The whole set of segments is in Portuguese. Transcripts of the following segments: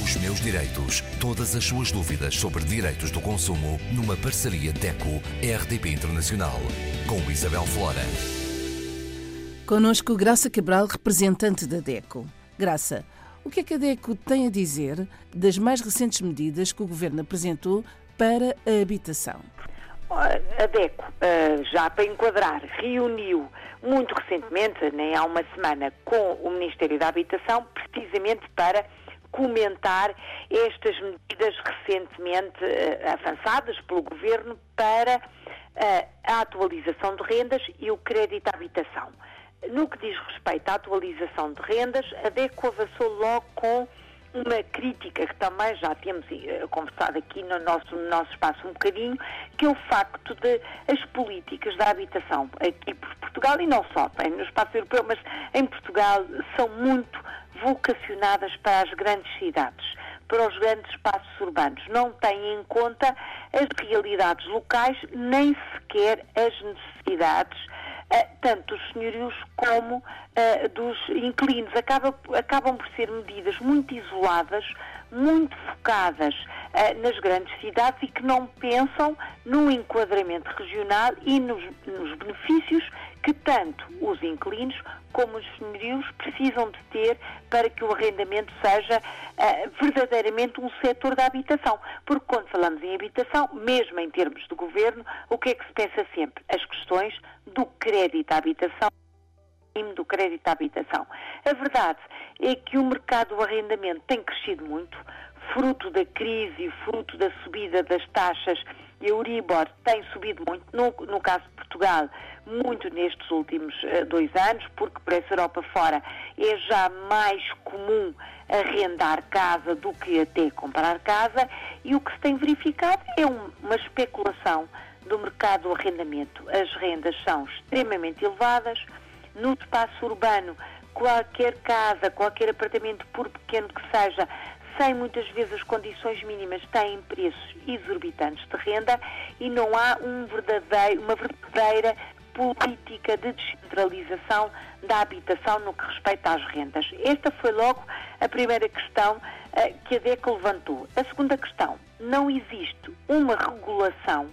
Os meus direitos. Todas as suas dúvidas sobre direitos do consumo numa parceria DECO-RDP Internacional. Com Isabel Flora. Connosco Graça Cabral, representante da DECO. Graça, o que é que a DECO tem a dizer das mais recentes medidas que o Governo apresentou para a habitação? A DECO, já para enquadrar, reuniu muito recentemente, nem há uma semana, com o Ministério da Habitação, precisamente para comentar estas medidas recentemente avançadas pelo Governo para a atualização de rendas e o crédito à habitação. No que diz respeito à atualização de rendas, a DECO avançou logo com uma crítica que também já temos conversado aqui no nosso espaço um bocadinho, que é o facto de as políticas da habitação aqui por Portugal, e não só, no espaço europeu, mas em Portugal, são muito vocacionadas para as grandes cidades, para os grandes espaços urbanos. Não têm em conta as realidades locais, nem sequer as necessidades tanto dos senhorios como dos inquilinos. Acabam por ser medidas muito isoladas, muito focadas nas grandes cidades e que não pensam no enquadramento regional e nos benefícios que tanto os inquilinos como os senhorios precisam de ter para que o arrendamento seja verdadeiramente um setor da habitação. Porque quando falamos em habitação, mesmo em termos de governo, o que é que se pensa sempre? As questões do crédito à habitação. Do crédito à habitação. A verdade é que o mercado do arrendamento tem crescido muito, fruto da crise e fruto da subida das taxas. A Euribor tem subido muito, no caso de Portugal, muito nestes últimos 2 anos, porque por essa Europa fora é já mais comum arrendar casa do que até comprar casa, e o que se tem verificado é uma especulação do mercado do arrendamento. As rendas são extremamente elevadas. No espaço urbano, qualquer casa, qualquer apartamento, por pequeno que seja, sem muitas vezes as condições mínimas, têm preços exorbitantes de renda e não há uma verdadeira política de descentralização da habitação no que respeita às rendas. Esta foi logo a primeira questão que a DECO levantou. A segunda questão, não existe uma regulação,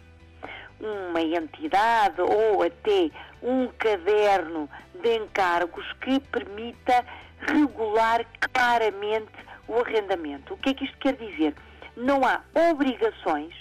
uma entidade ou até um caderno de encargos que permita regular claramente o arrendamento. O que é que isto quer dizer? Não há obrigações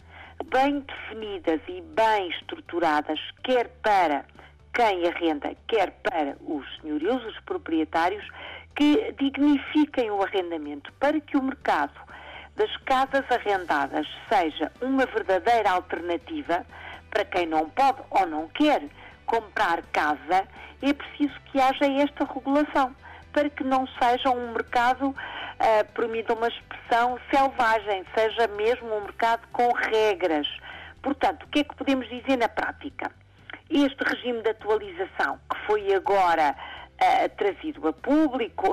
bem definidas e bem estruturadas, quer para quem arrenda, quer para os senhorios, os proprietários, que dignifiquem o arrendamento, para que o mercado das casas arrendadas seja uma verdadeira alternativa para quem não pode ou não quer comprar casa. É preciso que haja esta regulação, para que não seja um mercado, permita uma expressão, selvagem, seja mesmo um mercado com regras. Portanto, o que é que podemos dizer na prática? Este regime de atualização, que foi agora trazido a público,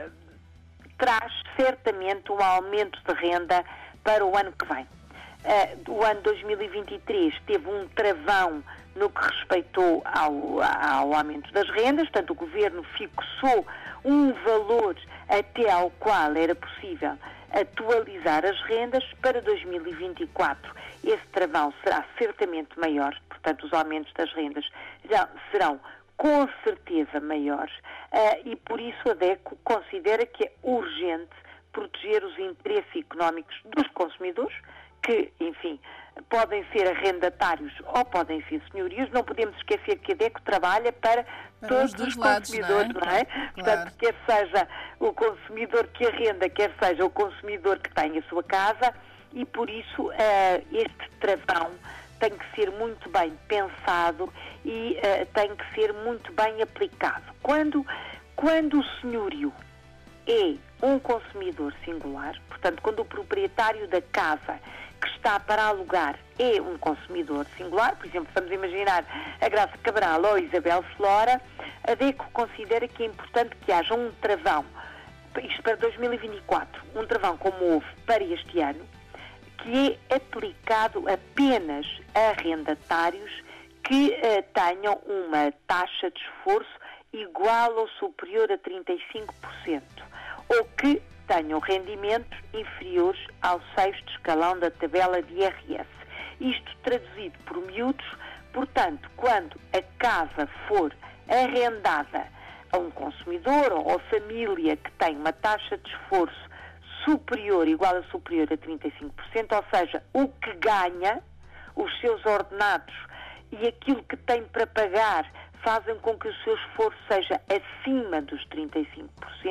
traz certamente um aumento de renda para o ano que vem. O ano 2023 teve um travão no que respeitou ao aumento das rendas, portanto o Governo fixou um valor até ao qual era possível atualizar as rendas. Para 2024 esse travão será certamente maior, portanto os aumentos das rendas serão com certeza maiores, e por isso a DECO considera que é urgente proteger os interesses económicos dos consumidores, que, enfim, podem ser arrendatários ou podem ser senhorios. Não podemos esquecer que a DECO trabalha para todos os consumidores, não é? Claro. Portanto, quer seja o consumidor que arrenda, quer seja o consumidor que tem a sua casa, e por isso este travão tem que ser muito bem pensado e tem que ser muito bem aplicado. Quando o senhorio é um consumidor singular, portanto, quando o proprietário da casa que está para alugar é um consumidor singular, por exemplo, vamos imaginar a Graça Cabral ou a Isabel Flora, a DECO considera que é importante que haja um travão, isto para 2024, um travão como houve para este ano, que é aplicado apenas a arrendatários que tenham uma taxa de esforço igual ou superior a 35%, ou que tenham rendimentos inferiores ao 6º escalão da tabela de IRS. Isto traduzido por miúdos, portanto, quando a casa for arrendada a um consumidor ou a família que tem uma taxa de esforço superior, igual a superior a 35%, ou seja, o que ganha, os seus ordenados e aquilo que tem para pagar fazem com que o seu esforço seja acima dos 35%,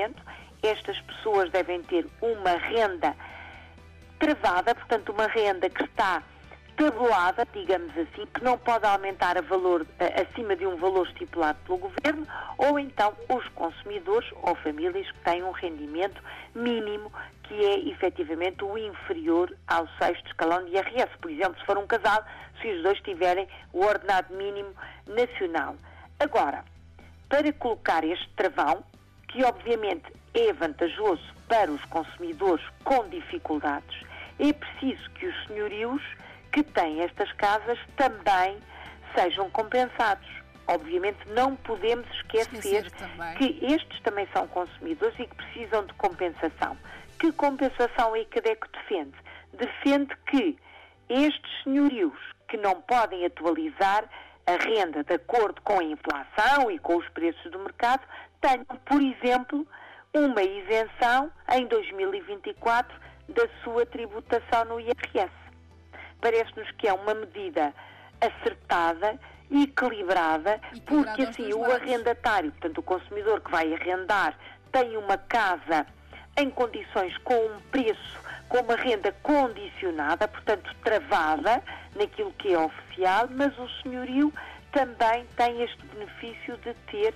estas pessoas devem ter uma renda travada, portanto, uma renda que está tabulada, digamos assim, que não pode aumentar acima de um valor estipulado pelo Governo, ou então os consumidores ou famílias que têm um rendimento mínimo que é efetivamente o inferior ao 6º escalão de IRS. Por exemplo, se for um casal, se os dois tiverem o ordenado mínimo nacional. Agora, para colocar este travão, que obviamente é vantajoso para os consumidores com dificuldades, é preciso que os senhorios que têm estas casas também sejam compensados. Obviamente não podemos esquecer que estes também são consumidores e que precisam de compensação. Que compensação é que a DECO defende? Defende que estes senhorios que não podem atualizar a renda de acordo com a inflação e com os preços do mercado tenham, por exemplo, uma isenção em 2024 da sua tributação no IRS. Parece-nos que é uma medida acertada e equilibrada, porque assim o arrendatário, portanto o consumidor que vai arrendar, tem uma casa em condições com um preço, com uma renda condicionada, portanto travada naquilo que é oficial, mas o senhorio também tem este benefício de ter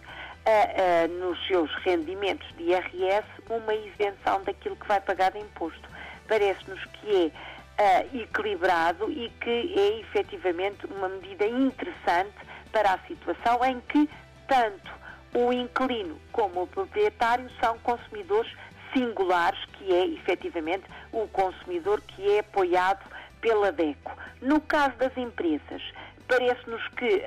nos seus rendimentos de IRS uma isenção daquilo que vai pagar de imposto. Parece-nos que é equilibrado e que é efetivamente uma medida interessante para a situação em que tanto o inquilino como o proprietário são consumidores singulares, que é efetivamente o consumidor que é apoiado pela DECO. No caso das empresas, parece-nos que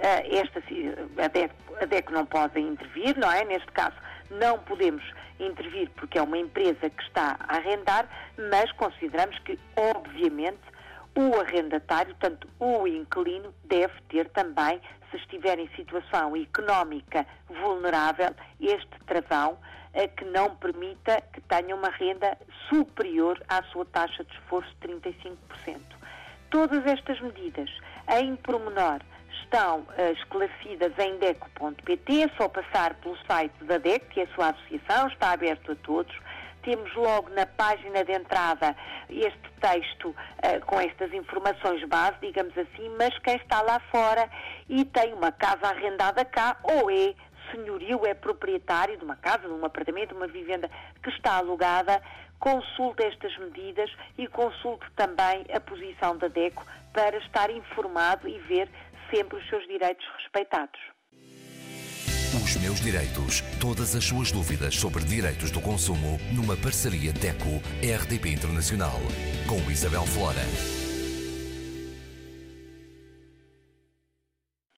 a DECO não pode intervir, não é? Neste caso, não podemos intervir porque é uma empresa que está a arrendar, mas consideramos que, obviamente, o arrendatário, portanto, o inquilino, deve ter também, se estiver em situação económica vulnerável, este travão que não permita que tenha uma renda superior à sua taxa de esforço de 35%. Todas estas medidas, em pormenor, estão esclarecidas em DECO.pt, é só passar pelo site da DECO, que é a sua associação, está aberto a todos. Temos logo na página de entrada este texto com estas informações base, digamos assim, mas quem está lá fora e tem uma casa arrendada cá, ou é senhorio, é proprietário de uma casa, de um apartamento, de uma vivenda que está alugada, consulte estas medidas e consulte também a posição da DECO para estar informado e ver sempre os seus direitos respeitados. Os meus direitos. Todas as suas dúvidas sobre direitos do consumo numa parceria DECO-RDP Internacional com Isabel Flora.